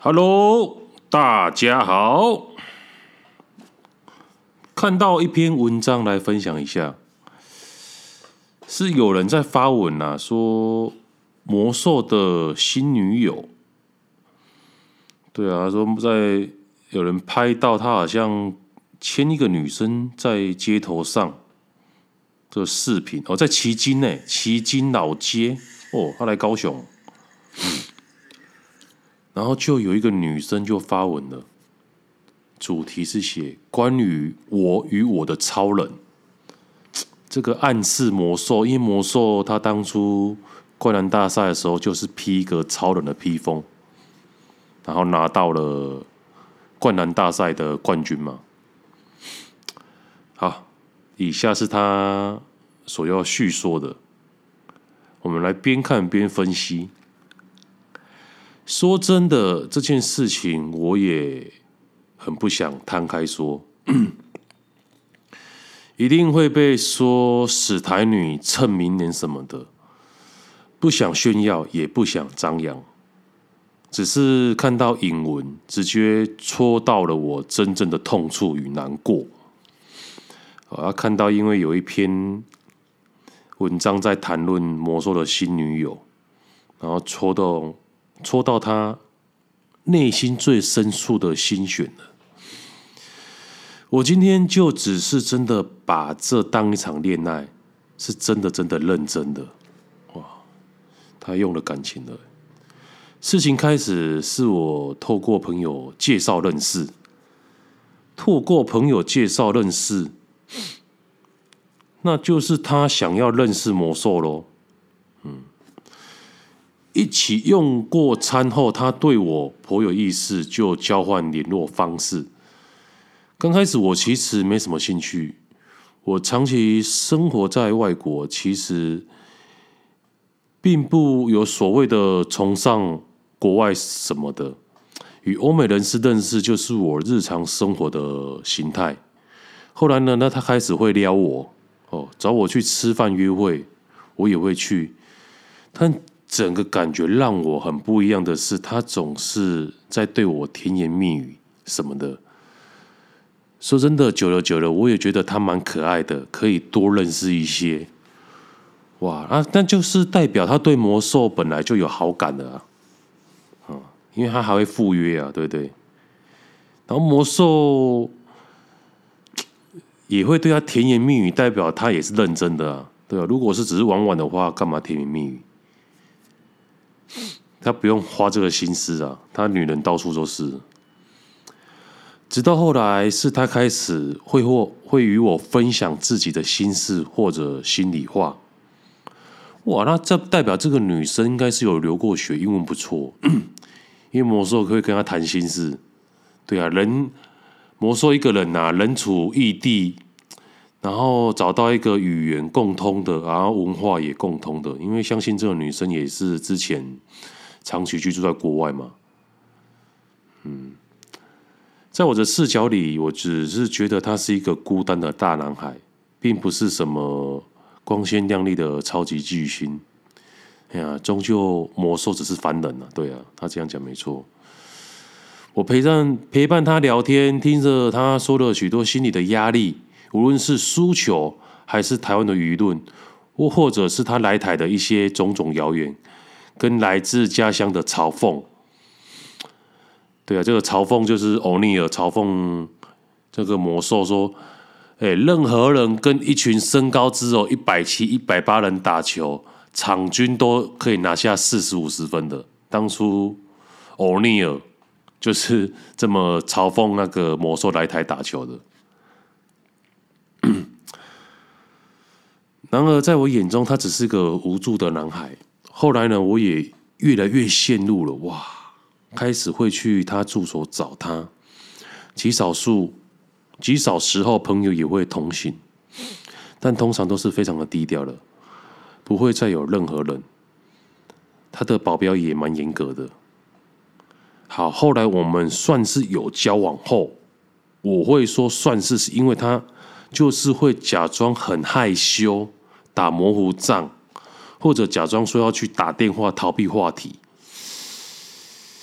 Hello，大家好。看到一篇文章来分享一下，是有人在发文啊，说魔兽的新女友，对啊，说有人拍到他好像牵一个女生在街头上的视频哦，在旗津呢，旗津老街哦，他来高雄。然后就有一个女生就发文了，主题是写关于我与我的超人，这个暗示魔兽，因为魔兽他当初灌篮大赛的时候就是披一个超人的披风，然后拿到了灌篮大赛的冠军嘛。好，以下是他所要叙说的，我们来边看边分析。说真的，这件事情我也很不想摊开说，一定会被说死台女蹭明年什么的，不想炫耀，也不想张扬，只是看到引文，直觉戳到了我真正的痛处与难过。看到因为有一篇文章在谈论魔兽的新女友，然后戳到他内心最深处的心弦了。我今天就只是真的把这当一场恋爱，是真的认真的。哇，他用了感情了。事情开始是我透过朋友介绍认识，那就是他想要认识魔兽咯。一起用过餐后，他对我颇有意思，就交换联络方式。刚开始我其实没什么兴趣，我长期生活在外国，其实并不有所谓的崇尚国外什么的。与欧美人士认识就是我日常生活的形态。后来呢，他开始会撩我，找我去吃饭约会，我也会去。但整个感觉让我很不一样的是，他总是在对我甜言蜜语什么的。说真的，久了，我也觉得他蛮可爱的，可以多认识一些。哇，那就是代表他对魔兽本来就有好感了啊，因为他还会赴约啊，对不对？然后魔兽也会对他甜言蜜语，代表他也是认真的啊，对啊。如果是只是玩玩的话，干嘛甜言蜜语？他不用花这个心思啊，他女人到处都是。直到后来是他开始会与我分享自己的心事或者心里话。哇，那这代表这个女生应该是有留过学，英文不错。因为魔兽可以跟他谈心事，对啊，魔兽一个人啊，人处异地，然后找到一个语言共通的，然后文化也共通的，因为相信这个女生也是之前长期居住在国外嘛。在我的视角里，我只是觉得他是一个孤单的大男孩，并不是什么光鲜亮丽的超级巨星。哎呀，终究魔兽只是凡人啊，对啊，他这样讲没错。我陪伴他聊天，听着他说了许多心里的压力，无论是输球，还是台湾的舆论，或者是他来台的一些种种谣言，跟来自家乡的嘲讽。对啊，这个嘲讽就是欧尼尔嘲讽这个魔兽说，任何人跟一群身高只有170、180人打球，场均都可以拿下40、50分的。当初欧尼尔就是这么嘲讽那个魔兽来台打球的。然而，在我眼中，他只是个无助的男孩。后来呢，我也越来越陷入了开始会去他住所找他，极少时候朋友也会同行，但通常都是非常的低调了，不会再有任何人。他的保镖也蛮严格的。好，后来我们算是有交往后，我会说算是因为他就是会假装很害羞，打模糊仗，或者假装说要去打电话逃避话题。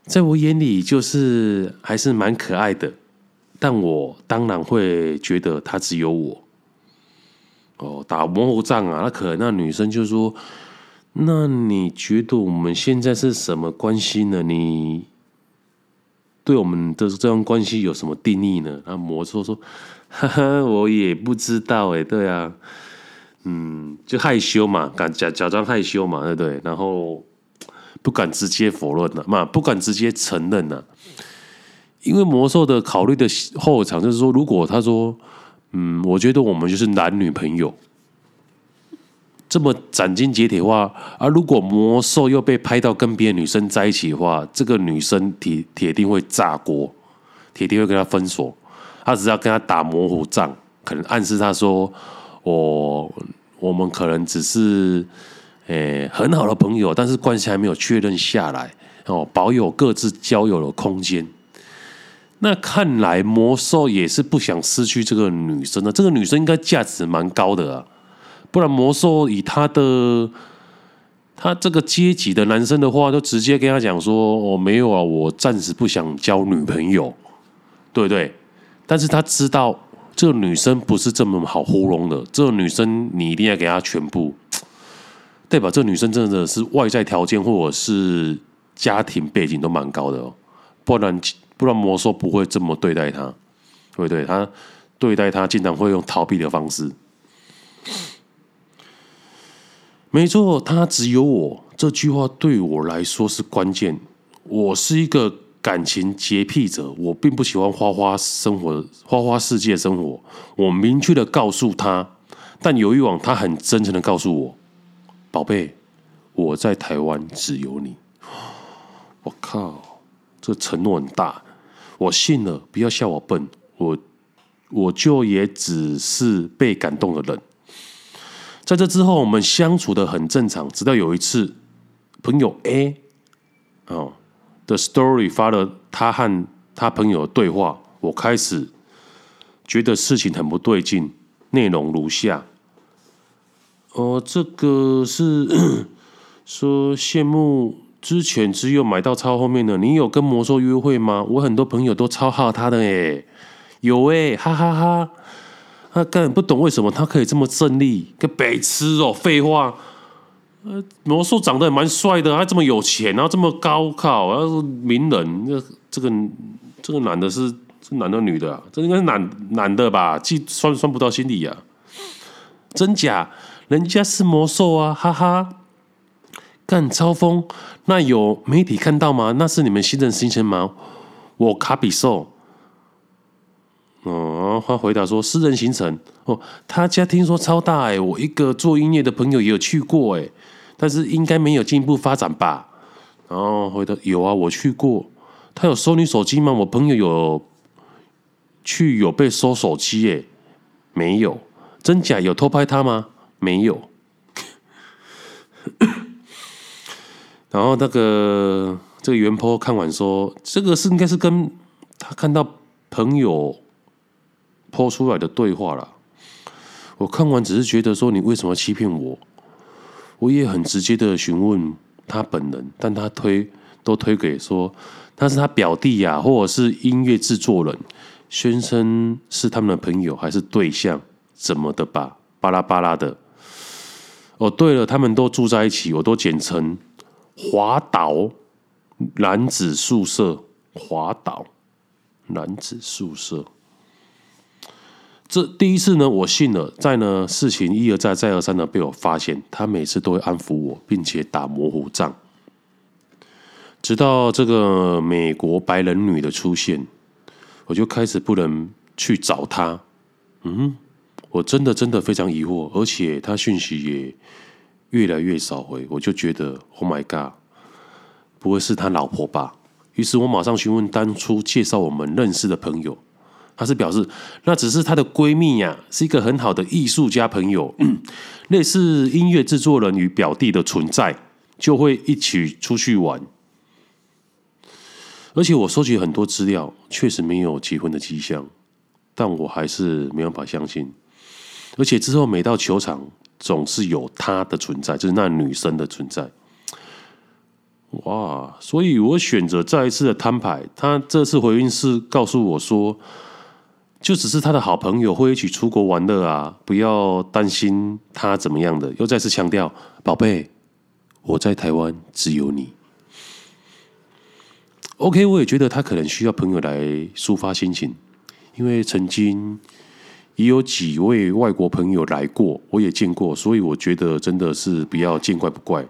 在我眼里就是还是蛮可爱的，但我当然会觉得他只有我。打模糊仗啊，那可能那女生就说：“那你觉得我们现在是什么关系呢？你对我们的这段关系有什么定义呢？”那魔兽说：“哈哈，我也不知道哎，对啊，就害羞嘛，假装害羞嘛，对不对？然后不敢直接否认嘛，不敢直接承认呐。因为魔兽的考虑的后场就是说，如果他说，我觉得我们就是男女朋友，这么斩钉截铁的话，如果魔兽又被拍到跟别的女生在一起的话，这个女生铁定会炸锅，铁定会跟他分手。他只要跟他打模糊仗，可能暗示他说，我们可能只是很好的朋友，但是关系还没有确认下来保有各自交友的空间。那看来魔兽也是不想失去这个女生的，这个女生应该价值蛮高的啊，不然魔兽以他这个阶级的男生的话，就直接跟他讲说：“没有啊，我暂时不想交女朋友，对不对？”但是他知道这个女生不是这么好糊弄的，这个女生你一定要给她全部，代表这个女生真的是外在条件或者是家庭背景都蛮高的哦，不然魔兽不会这么对待他，对不对？他对待他经常会用逃避的方式。没错，他只有我，这句话对我来说是关键。我是一个感情洁癖者，我并不喜欢花花世界生活。我明确的告诉他，但有一往他很真诚的告诉我：“宝贝，我在台湾只有你。”我靠，这承诺很大。我信了，不要笑我笨，我就也只是被感动的人。在这之后，我们相处的很正常，直到有一次，朋友 A 的 story 发了他和他朋友的对话，我开始觉得事情很不对劲。内容如下：这个是说羡慕。之前只有买到超后面的，你有跟魔兽约会吗？我很多朋友都超好他的耶，有耶，哈哈哈。他根本不懂为什么他可以这么正义，跟白痴哦，废话。魔兽长得也蛮帅的，还这么有钱，然后这么高靠，然后是名人。这个男的是男的女的啊？这应该是男的吧？算不到心里啊？真假？人家是魔兽啊，哈哈。干超疯，那有媒体看到吗？那是你们新人行程吗？我卡比兽。他回答说私人行程。他家听说超大我一个做音乐的朋友也有去过但是应该没有进一步发展吧。然后回答有啊，我去过。他有收你手机吗？我朋友有被收手机没有。真假有偷拍他吗？没有。然后这个原 po 看完说，这个应该是跟他看到朋友 po 出来的对话啦。我看完只是觉得说，你为什么要欺骗我？我也很直接的询问他本人，但他都推给说他是他表弟呀，或者是音乐制作人，宣称是他们的朋友还是对象，怎么的吧，巴拉巴拉的。对了，他们都住在一起，我都简称华岛男子宿舍。华岛男子宿舍。这第一次呢，我信了。在呢，事情一而再再而三的被我发现，他每次都会安抚我，并且打模糊仗。直到这个美国白人女的出现，我就开始不能去找她。我真的非常疑惑，而且她讯息也越来越少回，我就觉得 Oh my God， 不会是他老婆吧？于是我马上询问当初介绍我们认识的朋友。她是表示，那只是她的闺蜜呀，是一个很好的艺术家朋友，类似音乐制作人与表弟的存在，就会一起出去玩。而且我收集很多资料，确实没有结婚的迹象，但我还是没办法相信。而且之后每到球场，总是有她的存在，就是那女生的存在。 哇！所以我选择再一次的摊牌。他这次回应是告诉我说，就只是他的好朋友会一起出国玩乐啊，不要担心他怎么样的。又再次强调，宝贝，我在台湾只有你。OK， 我也觉得他可能需要朋友来抒发心情，因为曾经也有几位外国朋友来过，我也见过，所以我觉得真的是不要见怪不怪。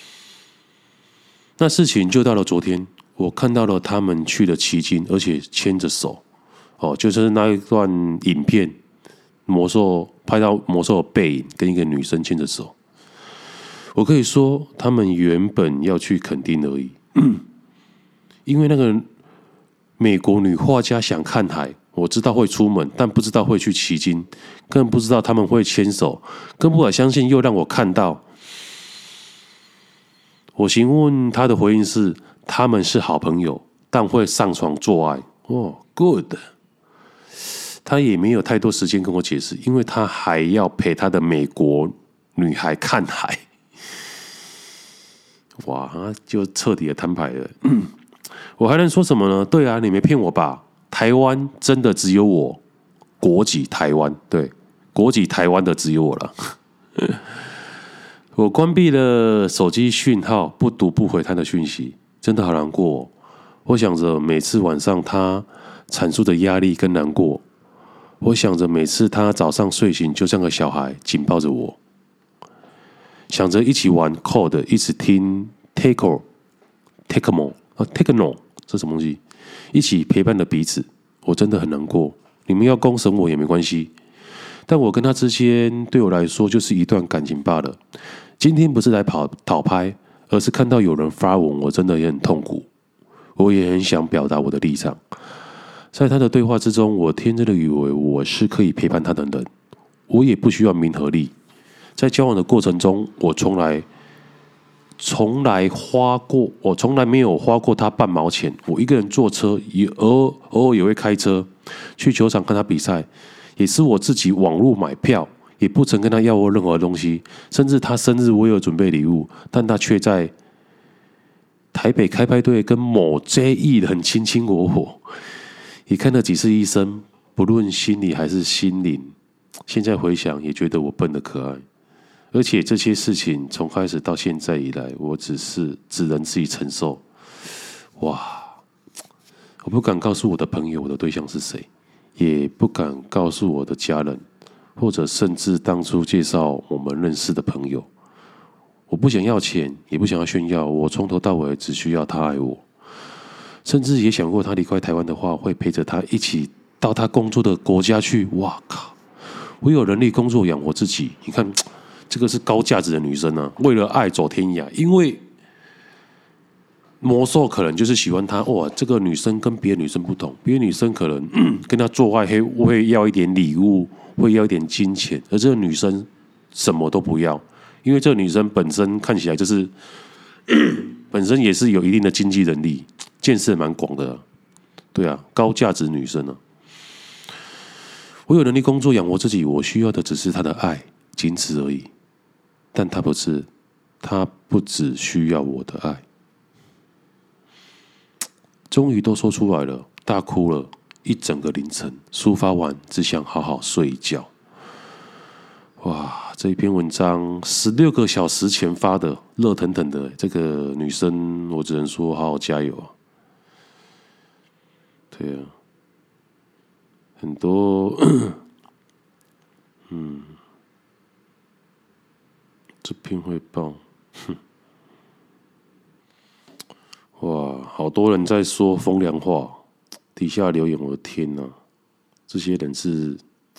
那事情就到了昨天，我看到了他们去了旗津，而且牵着手。就是那一段影片，魔兽拍到魔兽的背影跟一个女生牵着手。我可以说，他们原本要去垦丁而已，因为那个美国女画家想看海，我知道会出门，但不知道会去旗津，更不知道他们会牵手，更不敢相信又让我看到。我询问他的回应是，他们是好朋友，但会上床做爱。good。他也没有太多时间跟我解释，因为他还要陪他的美国女孩看海。哇，就彻底的摊牌了。我还能说什么呢？对啊，你没骗我吧？台湾真的只有我，国籍台湾，对，国籍台湾的只有我了。我关闭了手机讯号，不读不回他的讯息，真的好难过。我想着每次晚上他阐述的压力跟难过，我想着每次他早上睡醒就像个小孩紧抱着我，想着一起玩 Code， 一起听 Techno 这什么东西，一起陪伴着彼此。我真的很难过，你们要公审我也没关系，但我跟他之间对我来说就是一段感情罢了。今天不是来讨拍，而是看到有人发文，我真的也很痛苦。我也很想表达我的立场。在他的对话之中，我天真的以为我是可以陪伴他的人，我也不需要名和利。在交往的过程中，我从来没有花过他半毛钱。我一个人坐车，偶尔也会开车去球场看他比赛，也是我自己网络买票，也不曾跟他要过任何东西。甚至他生日我也有准备礼物，但他却在台北开派对跟某 J 艺人卿卿我我，也看了几次医生，不论心理还是心灵，现在回想也觉得我笨得可爱。而且这些事情从开始到现在以来，我只能自己承受。哇！我不敢告诉我的朋友我的对象是谁，也不敢告诉我的家人，或者甚至当初介绍我们认识的朋友。我不想要钱，也不想要炫耀，我从头到尾只需要他爱我。甚至也想过他离开台湾的话，会陪着他一起到他工作的国家去。哇靠！我有能力工作养活自己，你看。这个是高价值的女生啊，为了爱走天涯。因为魔兽可能就是喜欢她，哇，这个女生跟别的女生不同，别的女生可能跟她做爱会要一点礼物，会要一点金钱，而这个女生什么都不要，因为这个女生本身看起来就是本身也是有一定的经济能力，见识蛮广的，对啊，高价值女生啊。我有能力工作养活自己，我需要的只是她的爱，仅此而已。但他不是，他不只需要我的爱。终于都说出来了，大哭了一整个凌晨，抒发完只想好好睡一觉。哇，这一篇文章16个小时前发的，热腾腾的，这个女生我只能说好好加油啊！对啊，很多这篇会爆，哇，好多人在说风凉话，底下留言，我的天哪，这些人是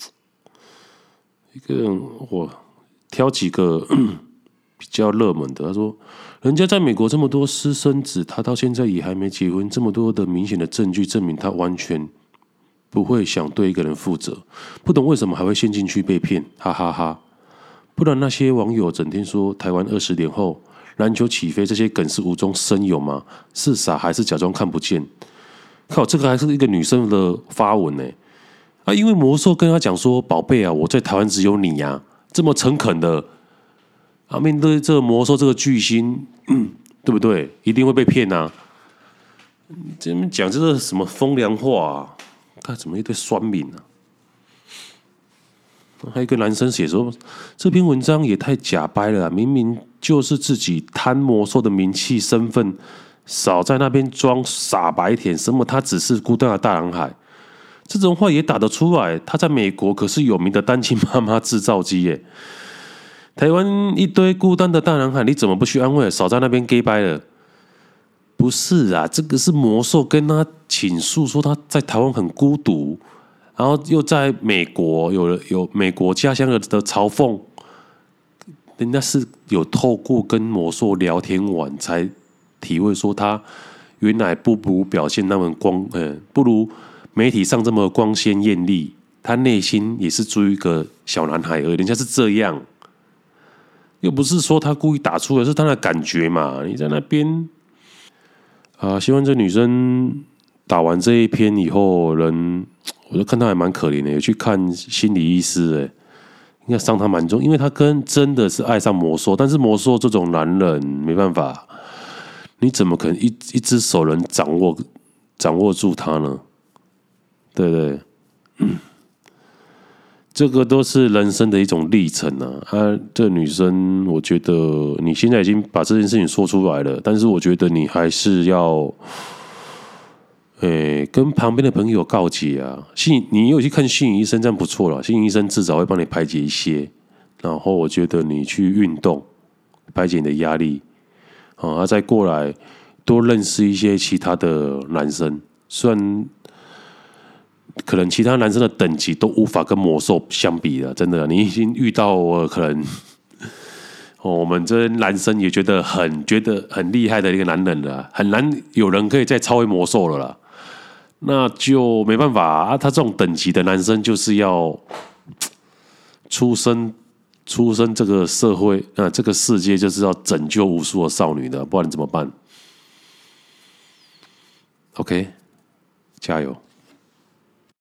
一个人，我挑几个比较热门的。他说，人家在美国这么多私生子，他到现在也还没结婚，这么多的明显的证据证明他完全不会想对一个人负责，不懂为什么还会陷进去被骗，哈哈哈。不然那些网友整天说台湾20年后篮球起飞，这些梗是无中生有吗？是傻还是假装看不见？靠，这个还是一个女生的发文呢。因为魔兽跟他讲说，宝贝啊，我在台湾只有你啊，这么诚恳的面对这个魔兽这个巨星，对对不对？一定会被骗啊！这边讲这个什么风凉话啊？看怎么一堆酸民啊！还有一个男生写说，这篇文章也太假掰了啊，明明就是自己贪魔兽的名气身份，少在那边装傻白甜，什么他只是孤单的大男孩，这种话也打得出来。他在美国可是有名的单亲妈妈制造机耶。台湾一堆孤单的大男孩，你怎么不去安慰？少在那边 gay 掰了。不是啊，这个是魔兽跟他倾诉说他在台湾很孤独，然后又在美国有美国家乡的嘲讽，人家是有透过跟魔兽聊天完才体会说他原来不如表现那么不如媒体上这么光鲜艳丽，他内心也是追一个小男孩而已，人家是这样，又不是说他故意打出来，是他的感觉嘛。你在那边希望这女生打完这一篇以后，我就看她还蛮可怜的，有去看心理医师，应该伤她蛮重，因为她真的是爱上魔兽，但是魔兽这种男人没办法，你怎么可能一只手能掌握住他呢？对不对？这个都是人生的一种历程啊！这女生，我觉得你现在已经把这件事情说出来了，但是我觉得你还是要，跟旁边的朋友告解啊。你有去看心理医生，这样不错了。心理医生至少会帮你排解一些，然后我觉得你去运动，排解你的压力，再过来多认识一些其他的男生，虽然。可能其他男生的等级都无法跟魔兽相比了，真的，你已经遇到可能我们这男生也觉得很厉害的一个男人了，很难有人可以再超越魔兽了啦。那就没办法啊，他这种等级的男生就是要出生这个社会这个世界就是要拯救无数的少女的，不然怎么办 ？OK， 加油！